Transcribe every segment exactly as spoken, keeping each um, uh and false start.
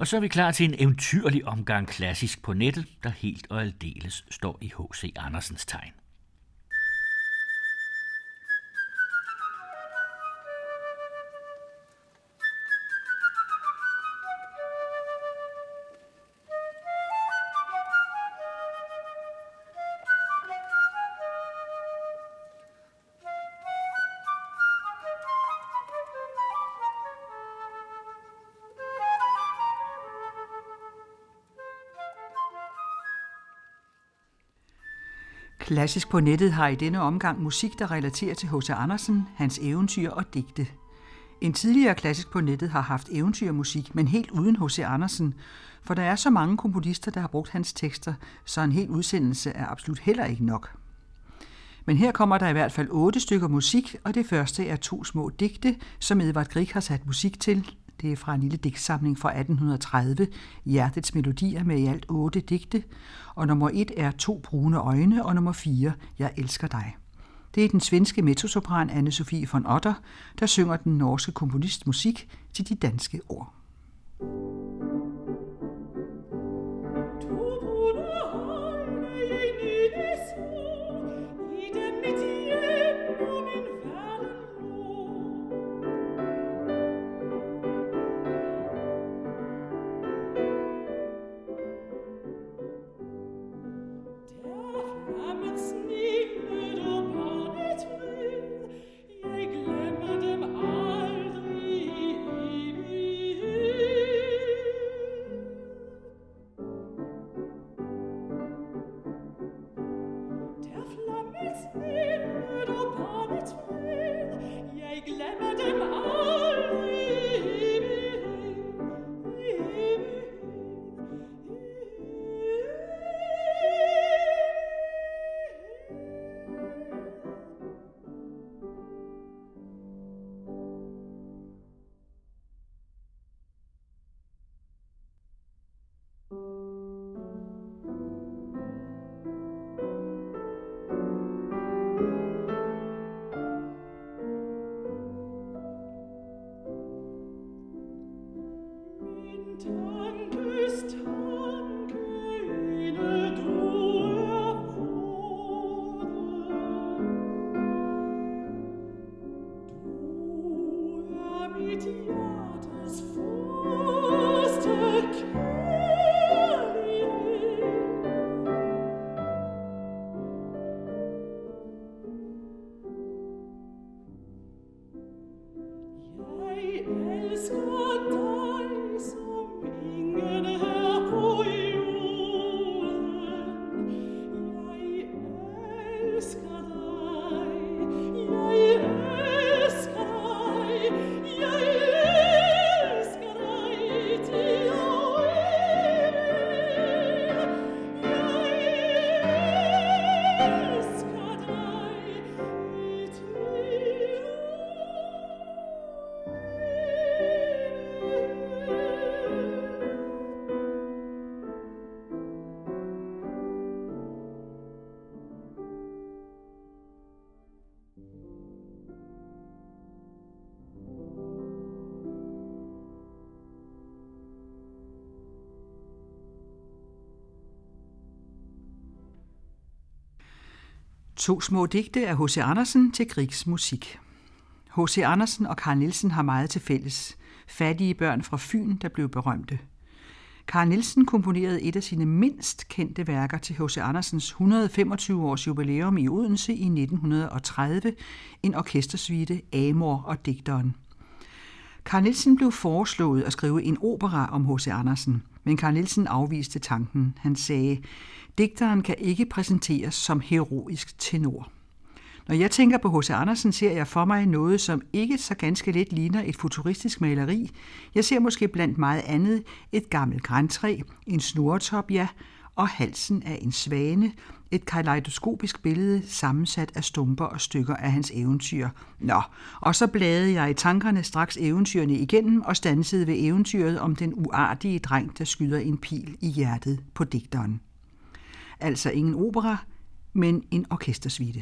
Og så er vi klar til en eventyrlig omgang klassisk på nettet, der helt og aldeles står i H C Andersens tegn. Klassisk på nettet har i denne omgang musik, der relaterer til H C Andersen, hans eventyr og digte. En tidligere klassisk på nettet har haft eventyrmusik, men helt uden H C Andersen, for der er så mange komponister, der har brugt hans tekster, så en hel udsendelse er absolut heller ikke nok. Men her kommer der i hvert fald otte stykker musik, og det første er to små digte, som Edvard Grieg har sat musik til. Det er fra en lille digtsamling fra atten tredive, Hjertets Melodier med i alt otte digte, og nummer et er To brune øjne, og nummer fire, Jeg elsker dig. Det er den svenske mezzosopran Anne-Sophie von Otter, der synger den norske komponist musik til de danske ord. To små digte af H C Andersen til Griegs musik. H C Andersen og Carl Nielsen har meget til fælles. Fattige børn fra Fyn, der blev berømte. Carl Nielsen komponerede et af sine mindst kendte værker til H C Andersens et hundrede og femogtyve års jubilæum i Odense i nitten tredive, en orkestersuite, Amor og digteren. Carl Nielsen blev foreslået at skrive en opera om H C Andersen, men Carl Nielsen afviste tanken. Han sagde, digteren kan ikke præsenteres som heroisk tenor. Når jeg tænker på H C Andersen, ser jeg for mig noget, som ikke så ganske let ligner et futuristisk maleri. Jeg ser måske blandt meget andet et gammelt grantræ, en snoretop, ja, og halsen af en svane, et kaleidoskopisk billede sammensat af stumper og stykker af hans eventyr. Nå, og så bladede jeg i tankerne straks eventyrene igennem og standsede ved eventyret om den uartige dreng, der skyder en pil i hjertet på digteren. Altså ingen opera, men en orkestersuite.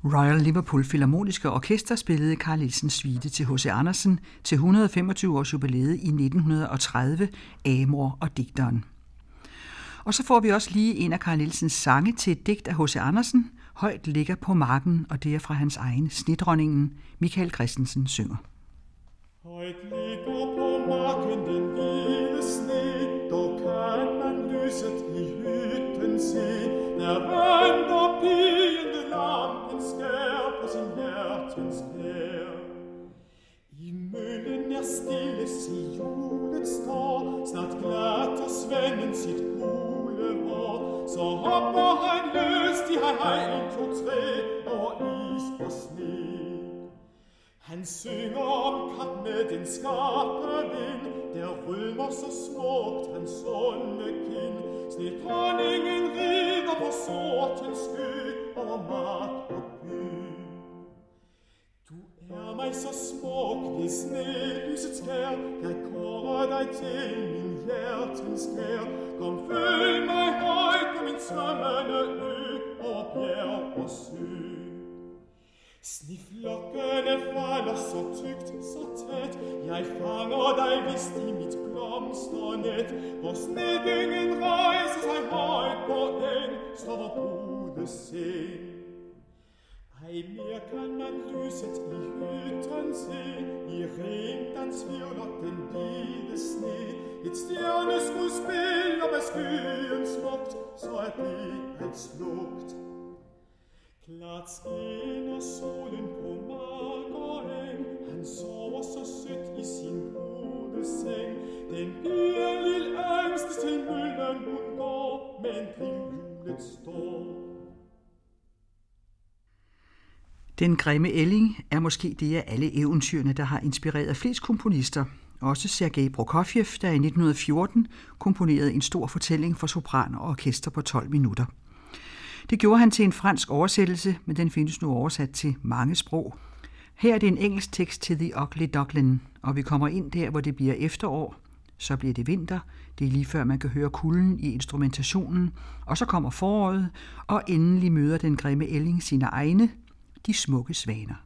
Royal Liverpool Philharmoniske Orkester spillede Carl Nielsens suite til H C Andersen til et hundrede og femogtyve års jubilæet i nitten tredive, Amor og digteren. Og så får vi også lige en af Carl Nielsens sange til et digt af H C Andersen, Højt ligger på marken, og det er fra hans egen Snedronningen. Michael Christensen synger. Højt ligger på marken den hvide sne, dog kan man lyset i hytten se. Der venter pigen ved lampen skær på sin hjertens kær. I møllen er stille, se julet står, snart glatter svenden sit gule hår. Så hopper han løst i hej hej, en, to, tre, over is og sne. Han synger om kap med den skarpe vind, der rødmer så smukt hans sunde kind. Snedronningen rider på sortens sky over mark og by. Du er mig så smuk ved snelyset skær, jeg kårer dig til min hjertens kær. Kom, følg mig højt på min svømmende ø over bjerg og sø. Sneflokkene falder så tykt, så tæt, jeg fanger dig vist i mit blomsternet, hvor snedyngen rejser sig højt på eng, står vor brude seng. Ej mere kan man lyset i hytten se, i ring den svivler den hvide sne. Et stjerneskud spiller med skyen smukt, så er det alt slukt. Klart skinner solen på mark og eng, han sover så sødt i sin brune seng. Den piger lille ængstes til møllen hun går, men drivhjulet står. Den grimme ælling er måske det af alle eventyrene, der har inspireret flest komponister. Også Sergej Prokofjev, der i nitten fjorten komponerede en stor fortælling for sopran og orkester på tolv minutter. Det gjorde han til en fransk oversættelse, men den findes nu oversat til mange sprog. Her er det en engelsk tekst til The Ugly Duckling, og vi kommer ind der, hvor det bliver efterår. Så bliver det vinter, det er lige før man kan høre kulden i instrumentationen, og så kommer foråret, og endelig møder den grimme ælling sine egne, de smukke svaner.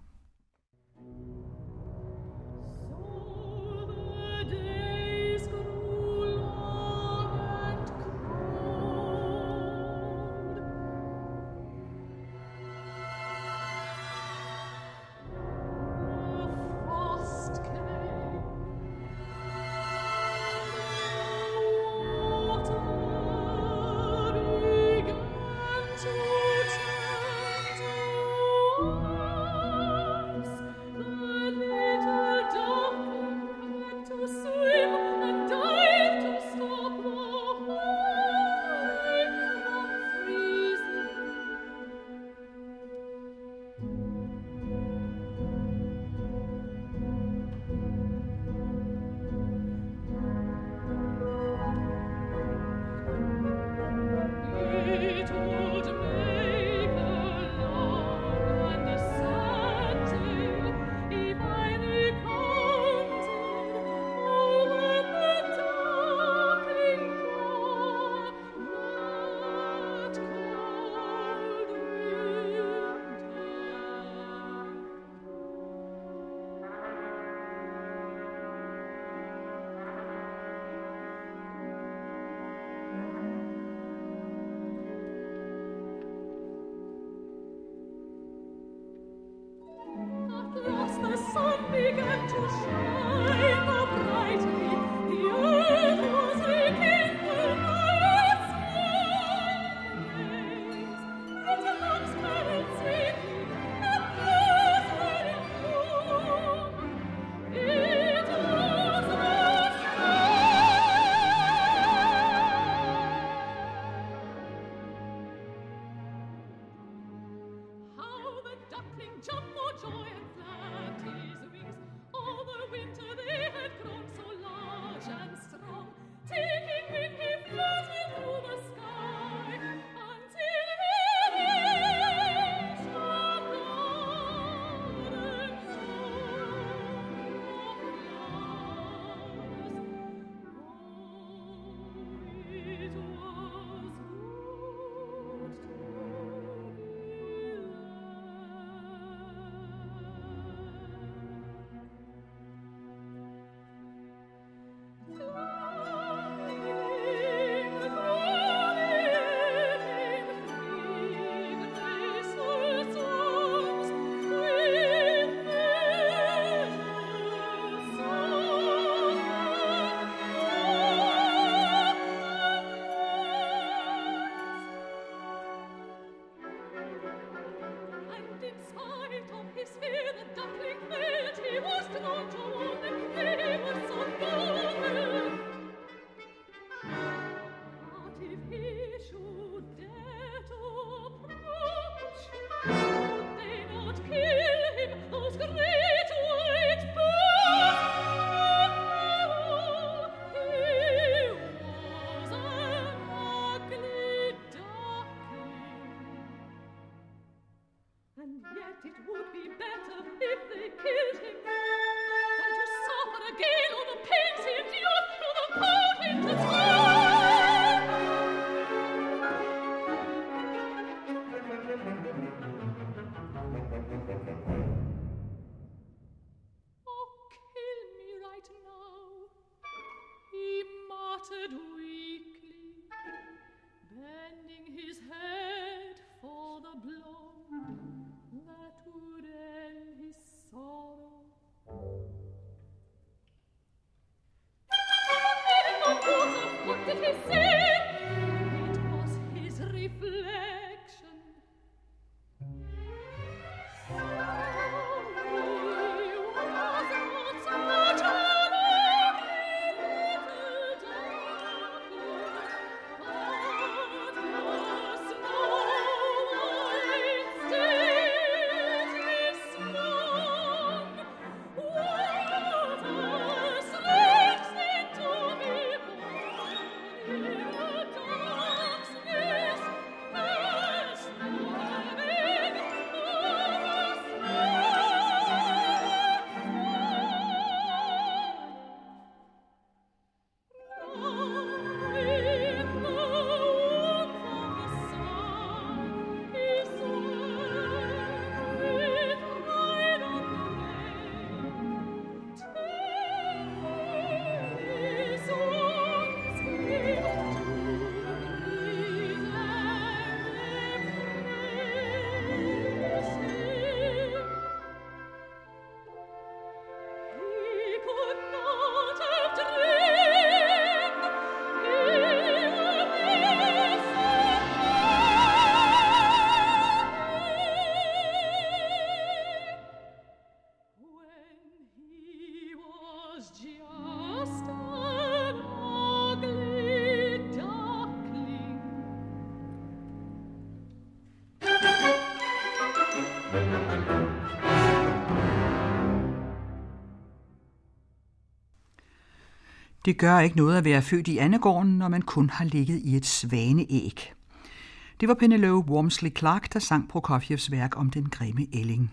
Jump for joy and flap his wings, all the winter started weakly, bending his head for the blow that would end his sorrow. What did he say? It was his reflection. Det gør ikke noget at være født i andegården, når man kun har ligget i et svaneæg. Det var Penelope Wormsley Clark, der sang Prokofjevs værk om den grimme ælling.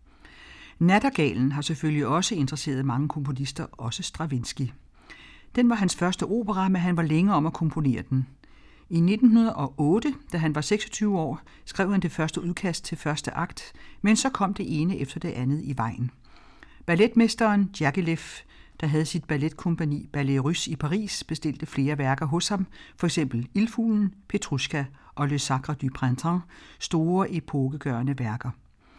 Nattergalen har selvfølgelig også interesseret mange komponister, også Stravinsky. Den var hans første opera, men han var længe om at komponere den. I nitten hundrede otte, da han var seksogtyve år, skrev han det første udkast til første akt, men så kom det ene efter det andet i vejen. Balletmesteren Diaghilev, der havde sit balletkompagni Ballet Russe i Paris, bestilte flere værker hos ham, for eksempel Ildfuglen, Petrushka og Le Sacre du Printemps, store epokegørende værker.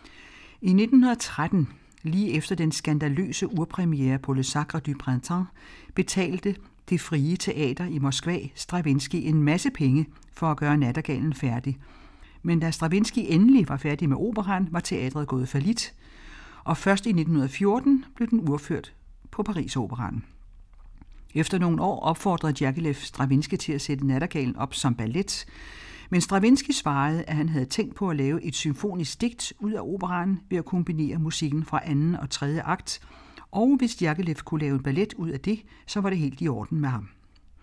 I nitten tretten, lige efter den skandaløse urpremiere på Le Sacre du Printemps, betalte Det Frie Teater i Moskva Stravinsky en masse penge for at gøre Nattergalen færdig. Men da Stravinsky endelig var færdig med operaen, var teatret gået fallit, og først i nitten fjorten blev den urført på Paris-operaen. Efter nogle år opfordrede Diaghilev Stravinsky til at sætte Nattergalen op som ballet, men Stravinsky svarede, at han havde tænkt på at lave et symfonisk digt ud af operaen ved at kombinere musikken fra anden og tredje akt, og hvis Diaghilev kunne lave en ballet ud af det, så var det helt i orden med ham.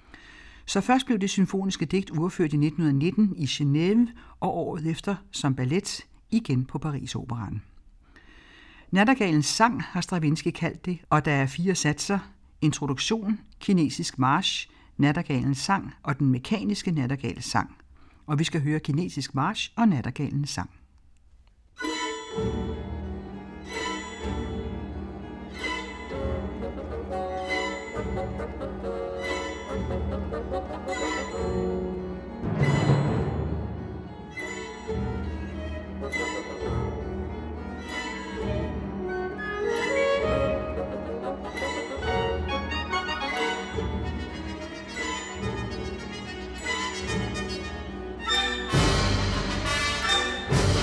Så først blev det symfoniske digt urført i nitten nitten i Genève, og året efter som ballet igen på Paris-operaen. Nattergalens sang har Stravinsky kaldt det, og der er fire satser: introduktion, kinesisk march, Nattergalens sang og den mekaniske Nattergals sang. Og vi skal høre kinesisk march og Nattergalens sang. Thank you.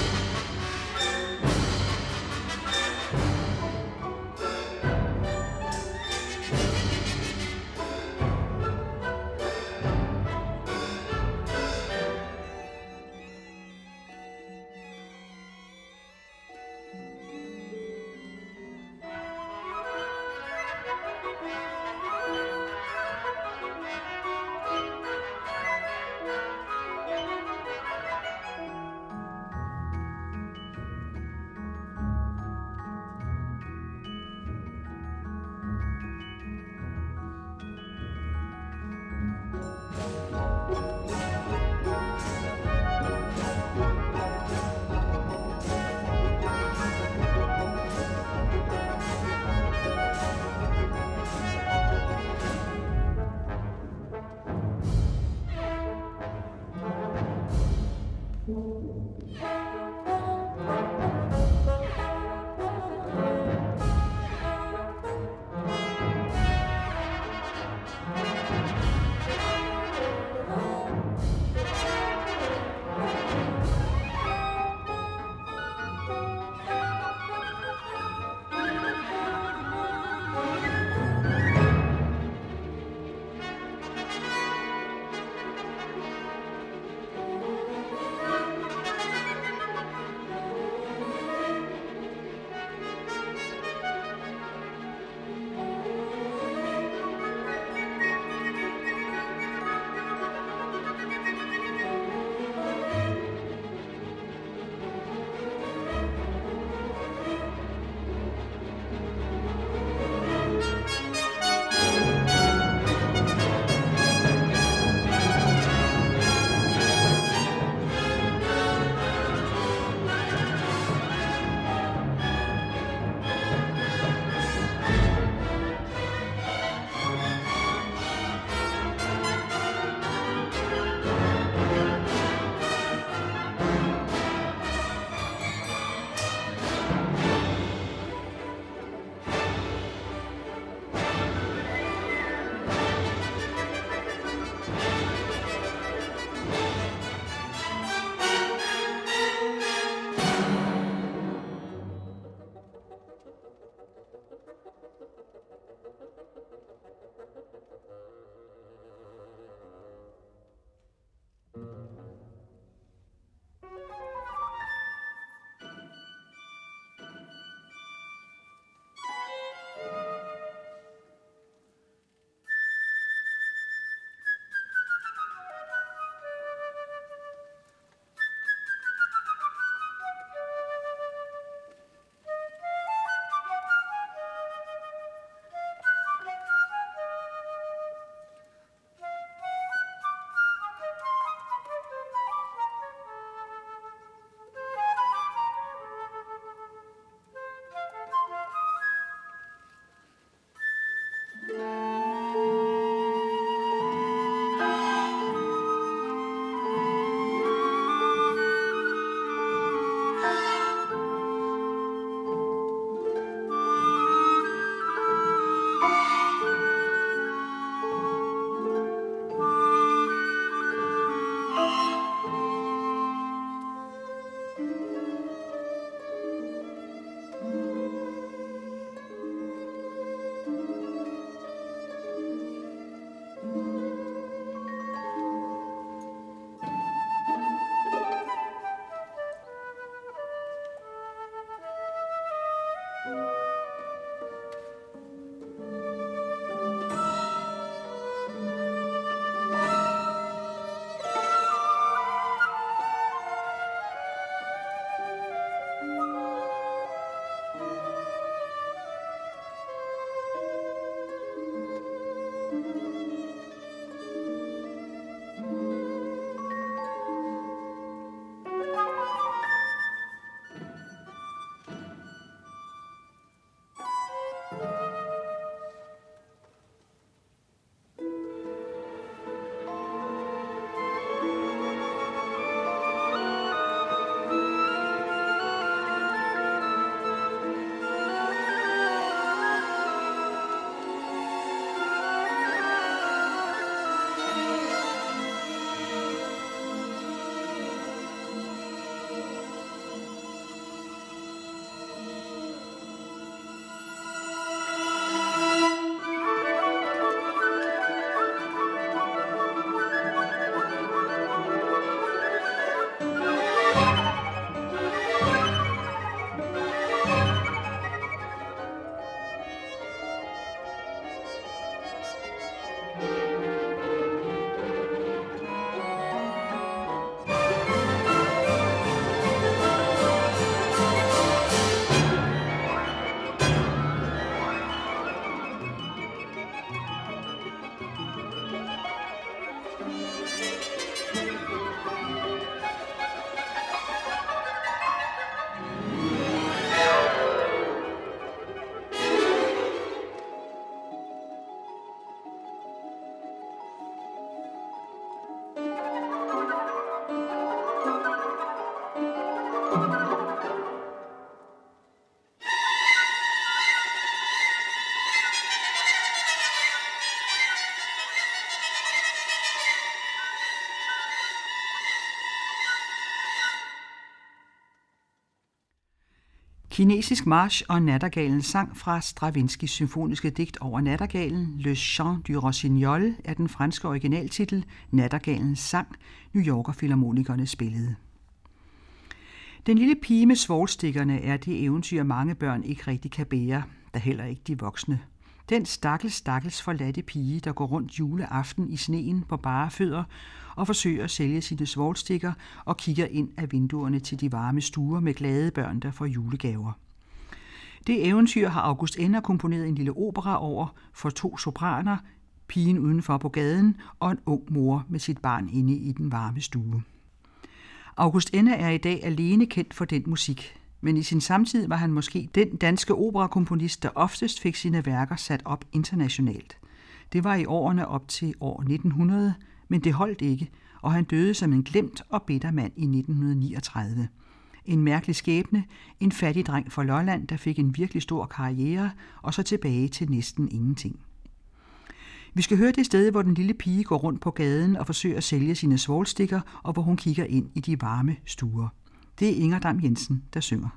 Kinesisk march og nattergalens sang fra Stravinskys symfoniske digt over nattergalen, Le Chant du Rossignol, er den franske originaltitel, Nattergalens sang, New Yorker Filharmonikerne spillede. Den lille pige med svovlstikkerne er det eventyr, mange børn ikke rigtig kan bære, da heller ikke de voksne. Den stakkels, stakkels forladte pige, der går rundt juleaften i sneen på bare fødder og forsøger at sælge sine svovlstikker og kigger ind af vinduerne til de varme stuer med glade børn, der får julegaver. Det eventyr har August Enner komponeret en lille opera over for to sopraner, pigen udenfor på gaden og en ung mor med sit barn inde i den varme stue. August Enner er i dag alene kendt for den musik, men i sin samtid var han måske den danske operakomponist, der oftest fik sine værker sat op internationalt. Det var i årene op til år nitten hundrede, men det holdt ikke, og han døde som en glemt og bitter mand i nitten niogtredive. En mærkelig skæbne, en fattig dreng fra Lolland, der fik en virkelig stor karriere, og så tilbage til næsten ingenting. Vi skal høre det sted, hvor den lille pige går rundt på gaden og forsøger at sælge sine svovlstikker, og hvor hun kigger ind i de varme stuer. Det er Inger Dam Jensen, der synger.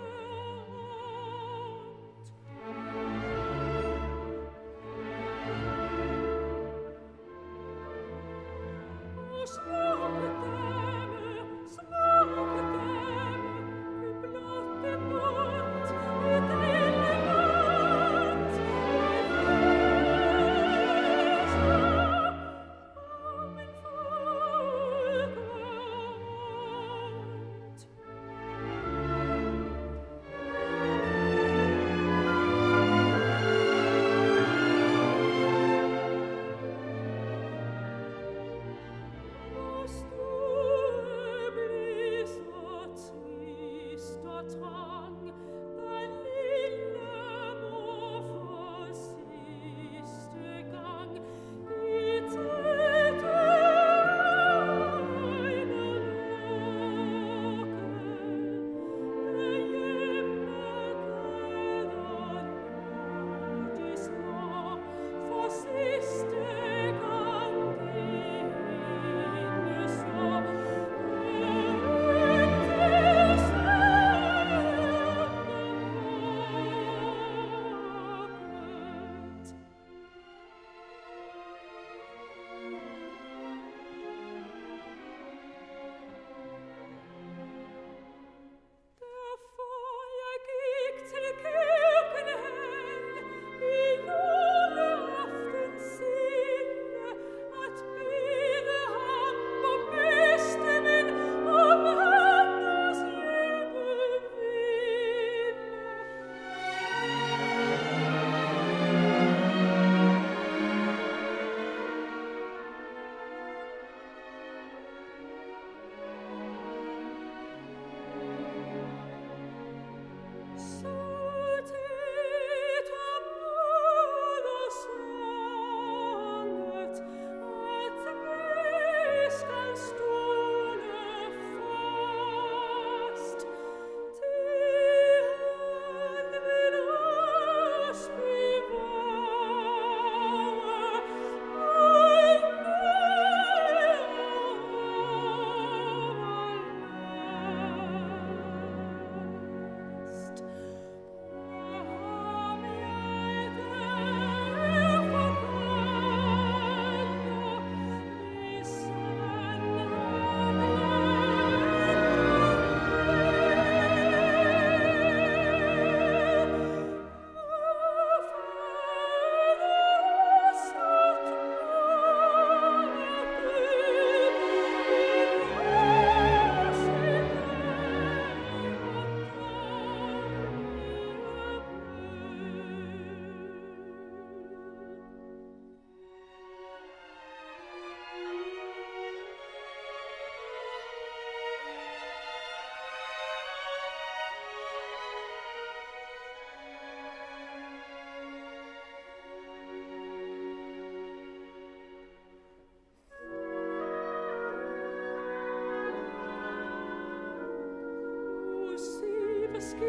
Thank you.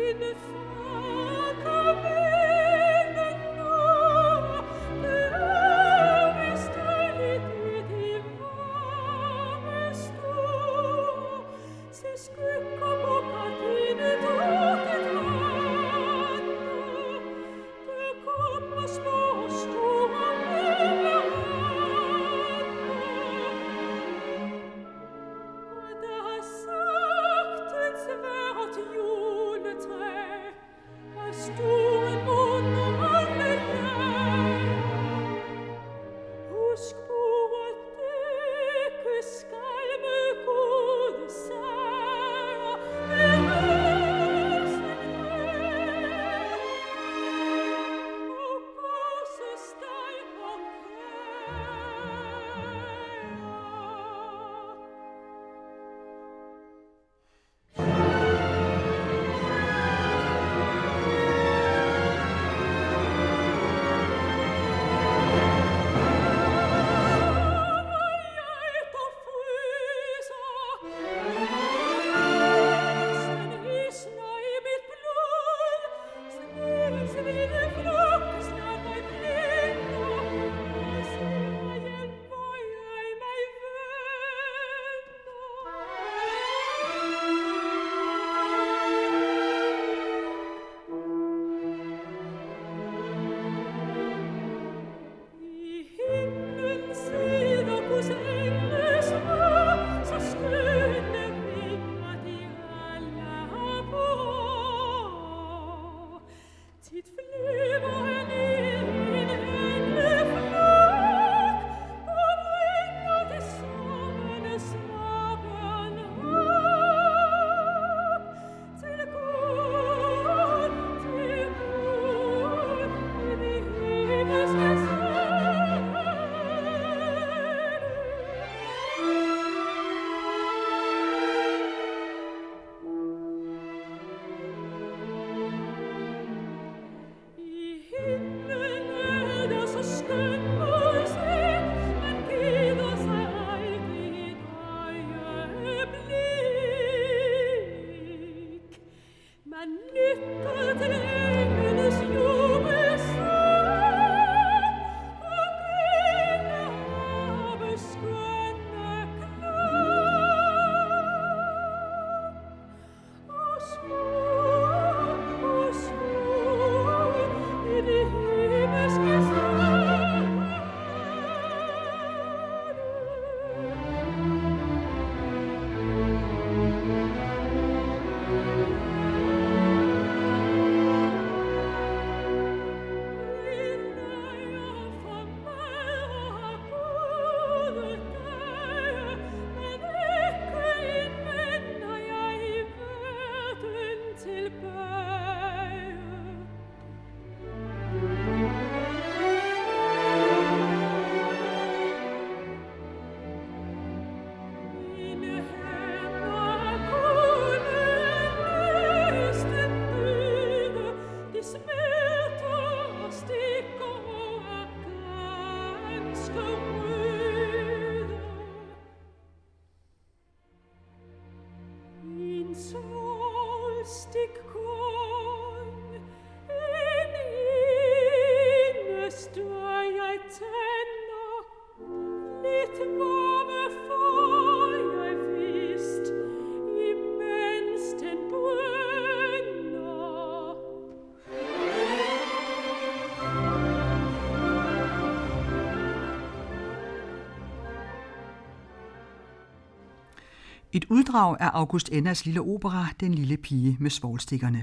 Et uddrag af August Enders lille opera, Den lille pige med svovlstikkerne.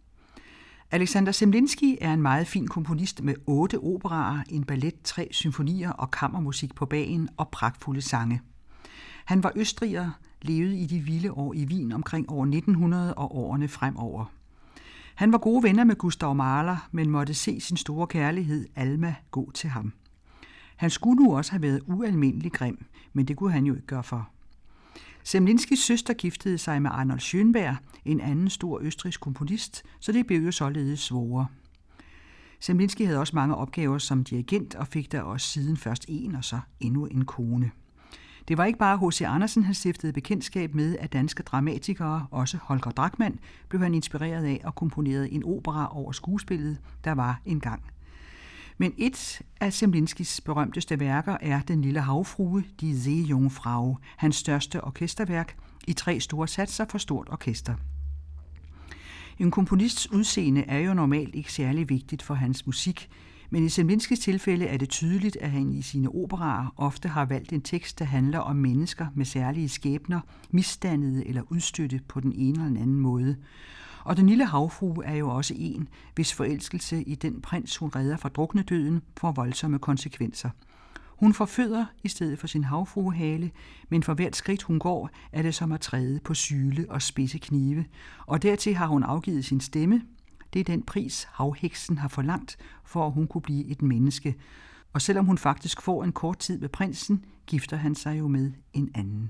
Alexander Zemlinsky er en meget fin komponist med otte operaer, en ballet, tre symfonier og kammermusik på bagen og pragtfulde sange. Han var østriger, levede i de vilde år i Wien omkring år nitten hundrede og årene fremover. Han var gode venner med Gustav Mahler, men måtte se sin store kærlighed Alma gå til ham. Han skulle nu også have været ualmindelig grim, men det kunne han jo ikke gøre for. Zemlinskys søster giftede sig med Arnold Schönberg, en anden stor østrigsk komponist, så det blev jo således svoger. Zemlinsky havde også mange opgaver som dirigent og fik der også siden først en og så endnu en kone. Det var ikke bare H C. Andersen, han stiftede bekendtskab med af danske dramatikere, også Holger Drachmann, blev han inspireret af og komponerede en opera over skuespillet, der var engang. Men et af Zemlinskis berømteste værker er Den lille havfrue, Die Seejungfrau, hans største orkesterværk i tre store satser for stort orkester. En komponists udseende er jo normalt ikke særlig vigtigt for hans musik, men i Zemlinskis tilfælde er det tydeligt, at han i sine operaer ofte har valgt en tekst, der handler om mennesker med særlige skæbner, misdannede eller udstødte på den ene eller den anden måde. Og Den lille havfrue er jo også en, hvis forelskelse i den prins, hun redder fra druknedøden, får voldsomme konsekvenser. Hun forføder i stedet for sin havfruehale, men for hvert skridt hun går, er det som at træde på syle og spidse knive, og dertil har hun afgivet sin stemme. Det er den pris, havheksen har forlangt, for at hun kunne blive et menneske. Og selvom hun faktisk får en kort tid med prinsen, gifter han sig jo med en anden.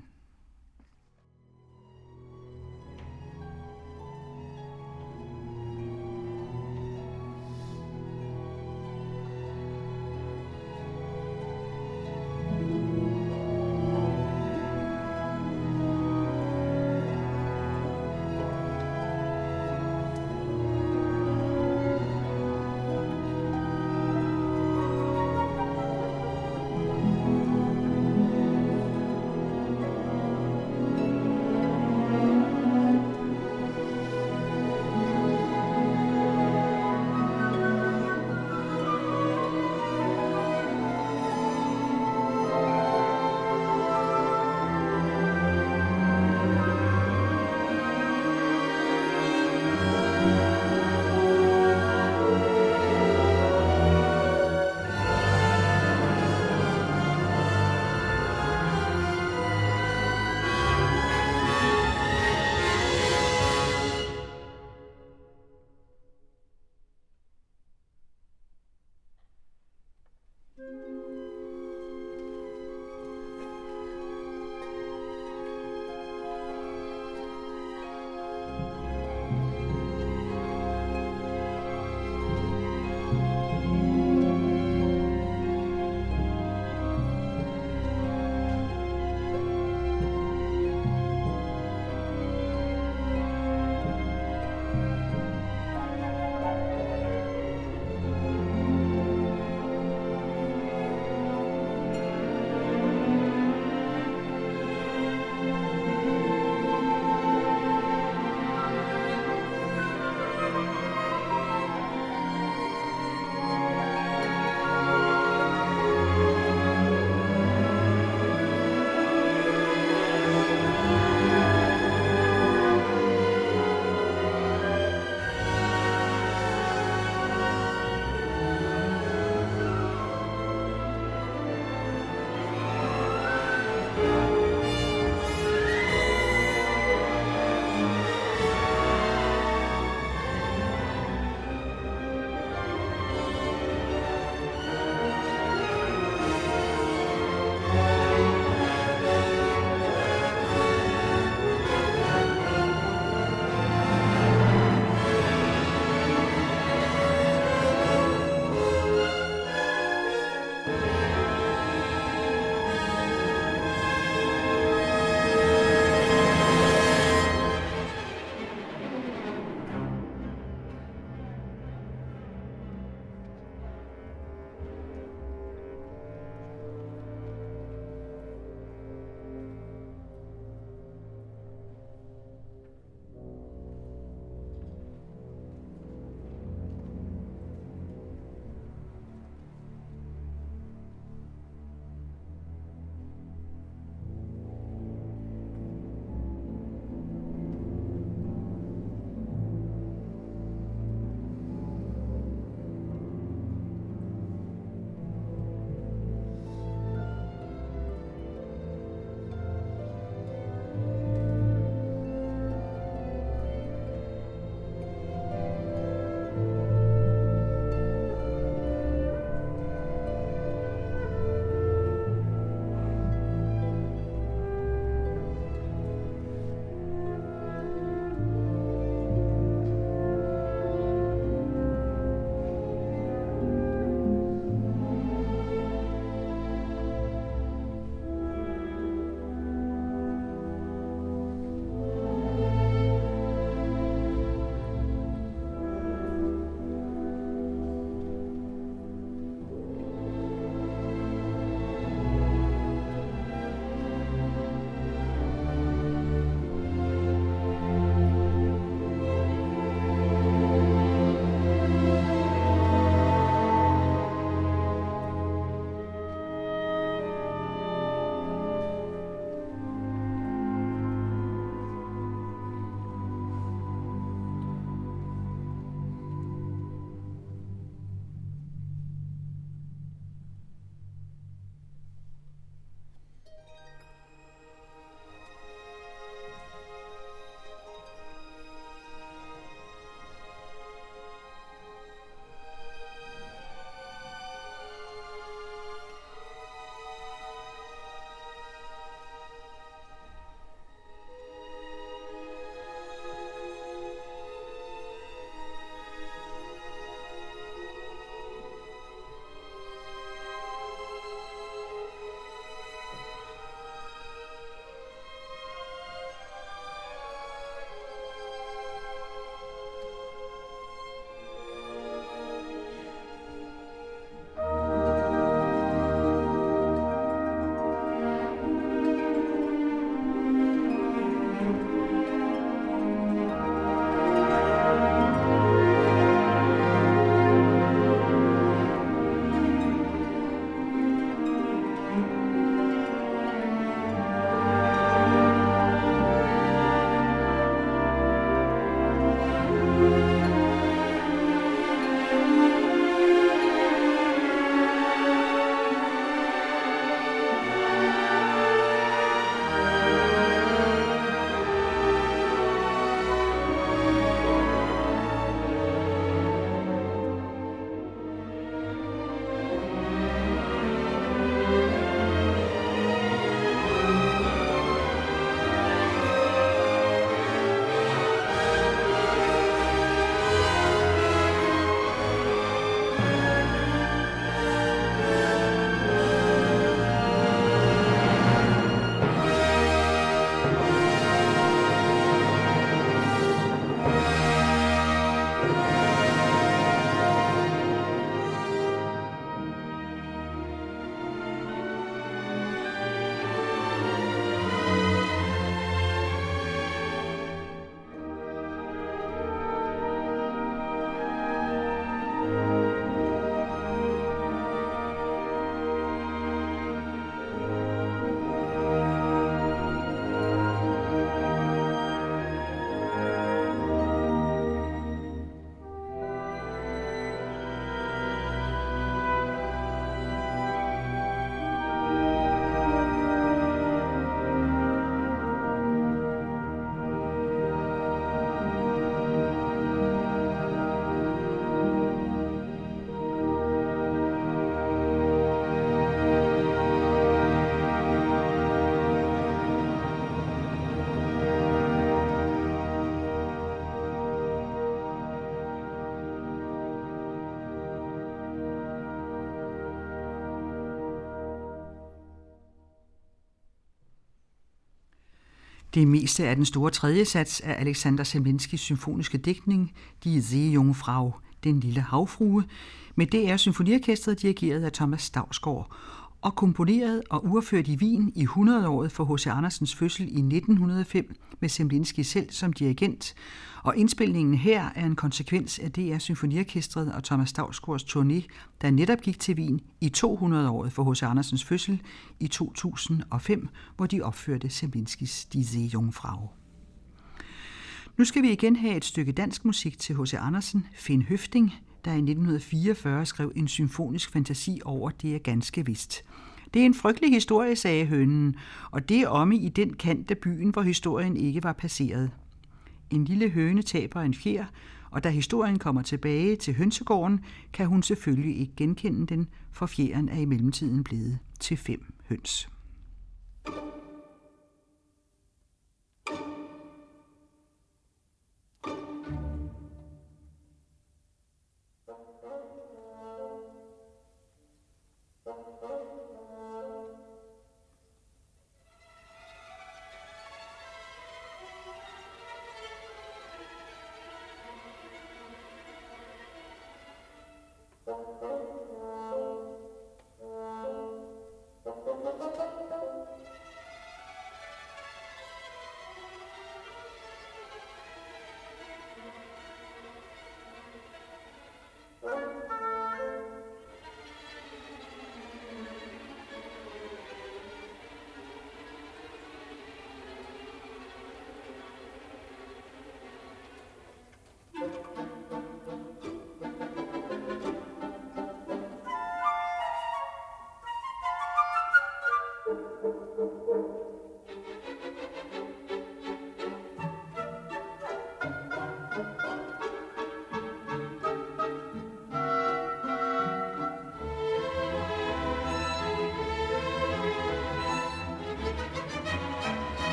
Det meste af den store tredje sats af Alexander Zemlinskis symfoniske digtning, Die Seejungfrau, den lille havfrue, med D R Symfoniorkestret dirigeret af Thomas Stausgaard, og komponeret og urført i Wien i hundrede-året for H C Andersens fødsel i nitten hundrede og fem med Zemlinski selv som dirigent, og indspilningen her er en konsekvens af D R Symfoniorkestret og Thomas Stausgaards turné, der netop gik til Wien i to hundrede-året for H C Andersens fødsel i to tusind og fem, hvor de opførte Zemlinskis Die Seejungfrau. Nu skal vi igen have et stykke dansk musik til H C Andersen, Finn Høffding, der i nitten fireogfyrre skrev en symfonisk fantasi over Det er ganske vist. Det er en frygtelig historie, sagde hønen, og det er omme i den kant af byen, hvor historien ikke var passeret. En lille høne taber en fjer, og da historien kommer tilbage til hønsegården, kan hun selvfølgelig ikke genkende den, for fjeren er i mellemtiden blevet til fem høns.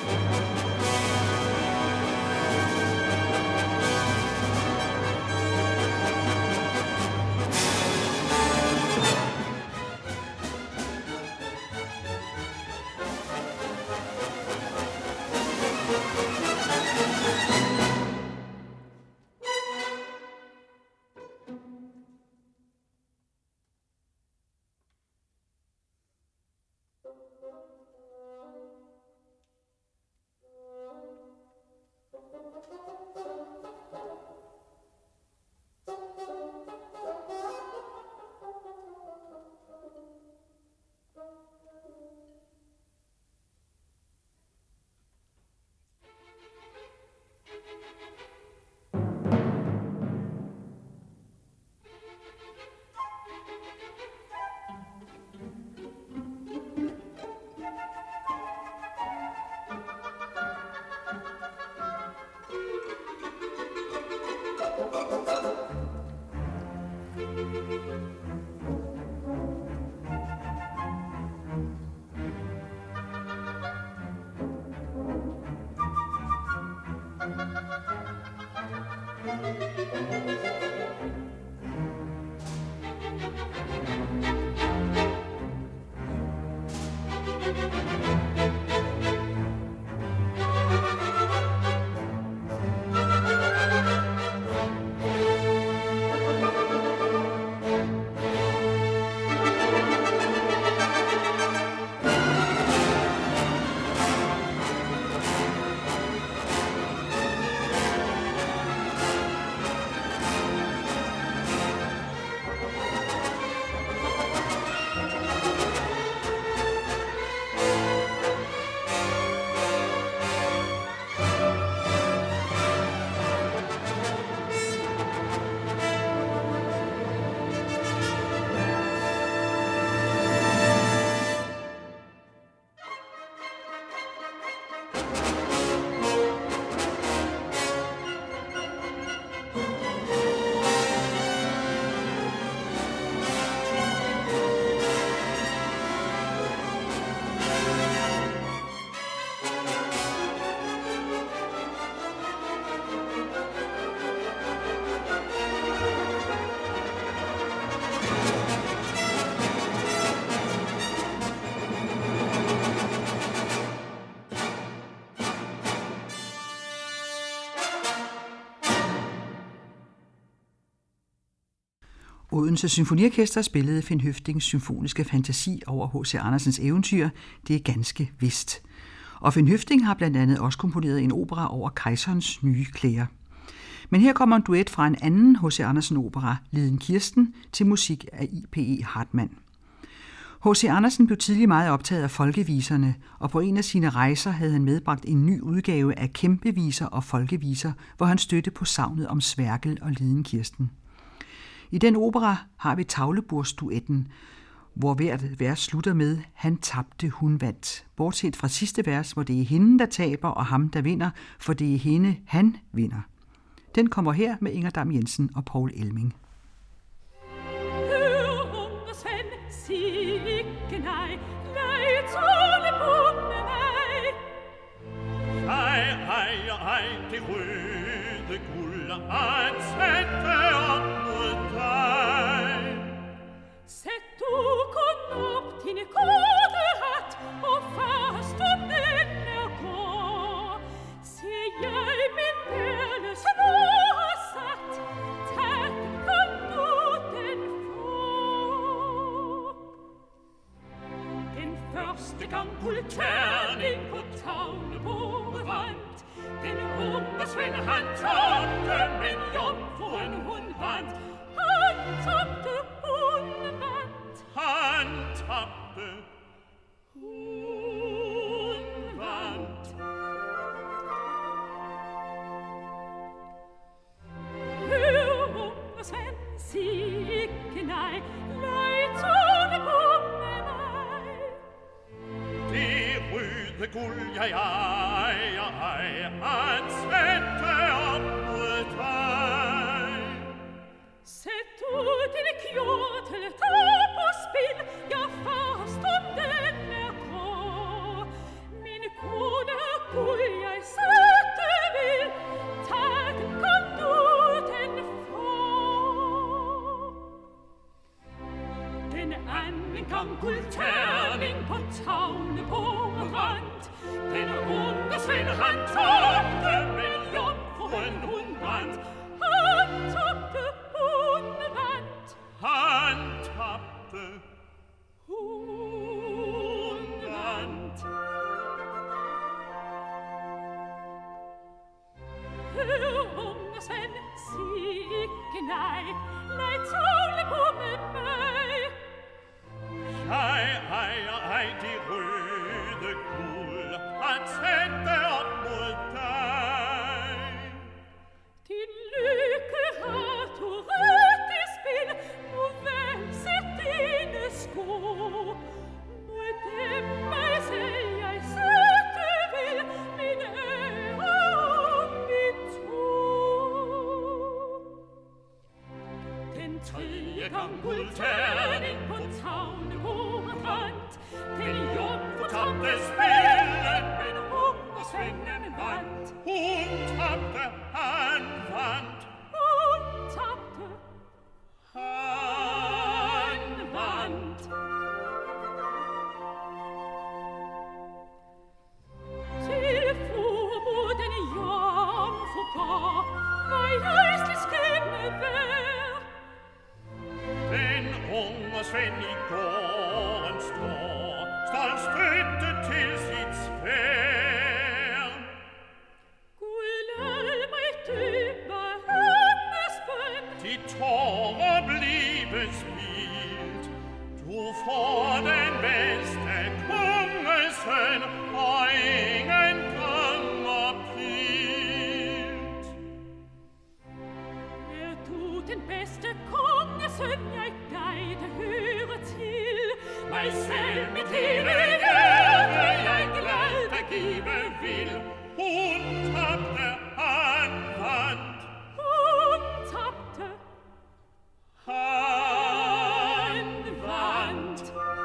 Odense Symfoniorkester spillede Finn Høvdings symfoniske fantasi over H C Andersens eventyr, det er ganske vist. Og Finn Høvding har blandt andet også komponeret en opera over kejserens nye klæder. Men her kommer en duet fra en anden H C Andersen opera, Liden Kirsten, til musik af I P E Hartmann. H C Andersen blev tidlig meget optaget af folkeviserne, og på en af sine rejser havde han medbragt en ny udgave af kæmpeviser og folkeviser, hvor han stødte på sagnet om Sværkel og Liden Kirsten. I den opera har vi tavlebordsduetten, hvor hvert vers slutter med han tabte, hun vandt. Bortset fra sidste vers, hvor det er hende, der taber, og ham, der vinder, for det er hende, han vinder. Den kommer her med Inger Dam Jensen og Poul Elming. Ej, ej, ej, det røde guld, han sætte op mod dig. Sæt du kun op din gode hat, og fast om den er går. Se jeg min perles nå har sat, tag kan du den få. Den første gang guldterning på tavlebordet vandt, den unge Svend han tabte, men jomfruen hun vandt. Han tabte, hun vandt. Han tabte, hun vandt. Hør, unge Svend, sig ikke nej, lej tåle på med mig. det røde guld, jeg ejer, ej, han sætte op mod dig. Sæt du din kjortel, tag på spil, jeg fast om den er grå. Min kone er god. Svend, han tabte, men jomfruen hun vandt. Han tabte, hun vandt. Han tabte, hun vandt. Hør, unge Svend, sig ikke nej. Nej, tåle på med mig. jeg ejer ej det røde guld, at sætte op mod dig. Din lykke har du ret i spil, nu vel sæt dine sko. Mod dem mig selv jeg sætte vil, min ære og min tro. Den tredje gang guldterning på tavlebordet brændt, den jomfru tabte spillet, men unge Svenden vandt. Hun tabte, han vandt. Hun tabte, Han vandt. Til formoden jomfru går, mig æslig skæbne vær. Den unge Svend i gården står, stolt støtte til sit sværd. Gud lad mig dø med hendes bøn. De tårer blive spildt, du får den bedste kongesøn, og ingen kommer pilt. Er du den bedste kongesøn, jeg dig der hører til? Mig selv mit hele hjerte, jeg glad der give vil. Hun tabte, han vandt. Hun tabte, Han vandt.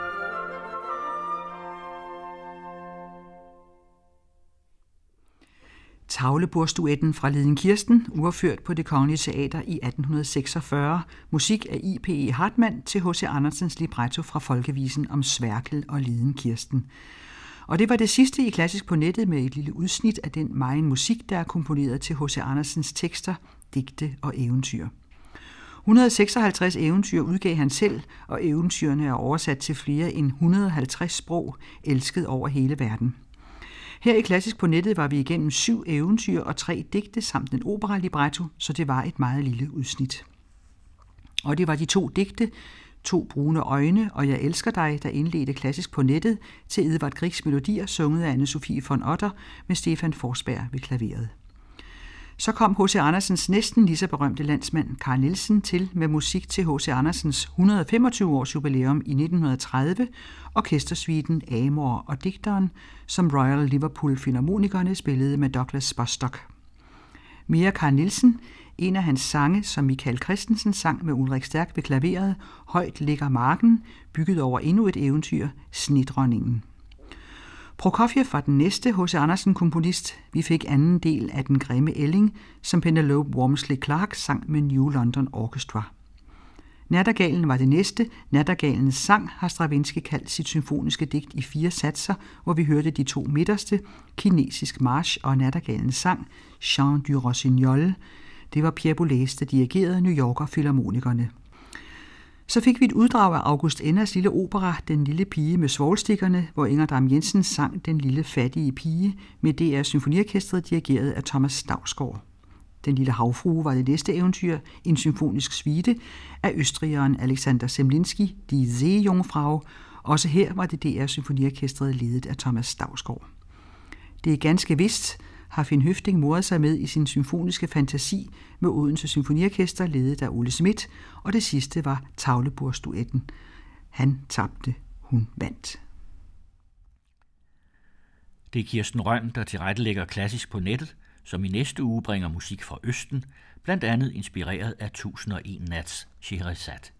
Tavlebordsduetten fra Liden Kirsten, uafført på Det Kongelige Teater i atten seksogfyrre. Musik af I P E Hartmann til H C Andersens libretto fra folkevisen om Sverkel og Liden Kirsten. Og det var det sidste i Klassisk på nettet med et lille udsnit af den megen musik, der er komponeret til H C Andersens tekster, digte og eventyr. et hundrede seksoghalvtreds eventyr udgav han selv, og eventyrene er oversat til flere end et hundrede og halvtreds sprog, elsket over hele verden. Her i Klassisk på nettet var vi igennem syv eventyr og tre digte samt en opera-libretto, så det var et meget lille udsnit. Og det var de to digte, To brune øjne og Jeg elsker dig, der indledte Klassisk på nettet til Edvard Griegs melodier, sunget af Anne-Sophie von Otter med Stefan Forsberg ved klaveret. Så kom H C Andersens næsten lige så berømte landsmand Carl Nielsen til med musik til H C Andersens et hundrede og femogtyve års jubilæum i nitten tredive, orkestersuiten Amor og digteren, som Royal Liverpool Philharmonikerne spillede med Douglas Bostock. Mere Carl Nielsen, en af hans sange, som Michael Christensen sang med Ulrik Stærk ved klaveret, Højt ligger marken, bygget over endnu et eventyr, Snedronningen. Prokofjev var den næste H C Andersen-komponist. Vi fik anden del af Den grimme ælling, som Penelope Wormsley Clark sang med New London Orchestra. Nattergalen var det næste. Nattergalens sang har Stravinsky kaldt sit symfoniske digt i fire satser, hvor vi hørte de to midterste, Kinesisk march og Nattergalens sang, Chant du Rossignol. Det var Pierre Boulez, der dirigerede New Yorker Philharmonikerne. Så fik vi et uddrag af August Enders lille opera, Den lille pige med svovlstikkerne, hvor Inger Dam Jensen sang Den lille fattige pige med D R Symfoniorkestret dirigeret af Thomas Dausgaard. Den lille havfrue var det næste eventyr, en symfonisk suite af østrigeren Alexander Zemlinsky, Die Seejungfrau. Også her var det D R Symfoniorkestret ledet af Thomas Dausgaard. Det er ganske vist, har Finn Høfting moret sig med i sin symfoniske fantasi med Odense Symfoniorkester ledet af Ole Schmidt, og det sidste var Tavlebordsduetten. Han tabte, hun vandt. Det er Kirsten Rønn, der tilrettelægger Klassisk på nettet, som i næste uge bringer musik fra Østen, blandt andet inspireret af tusind og en nats Scheherazade.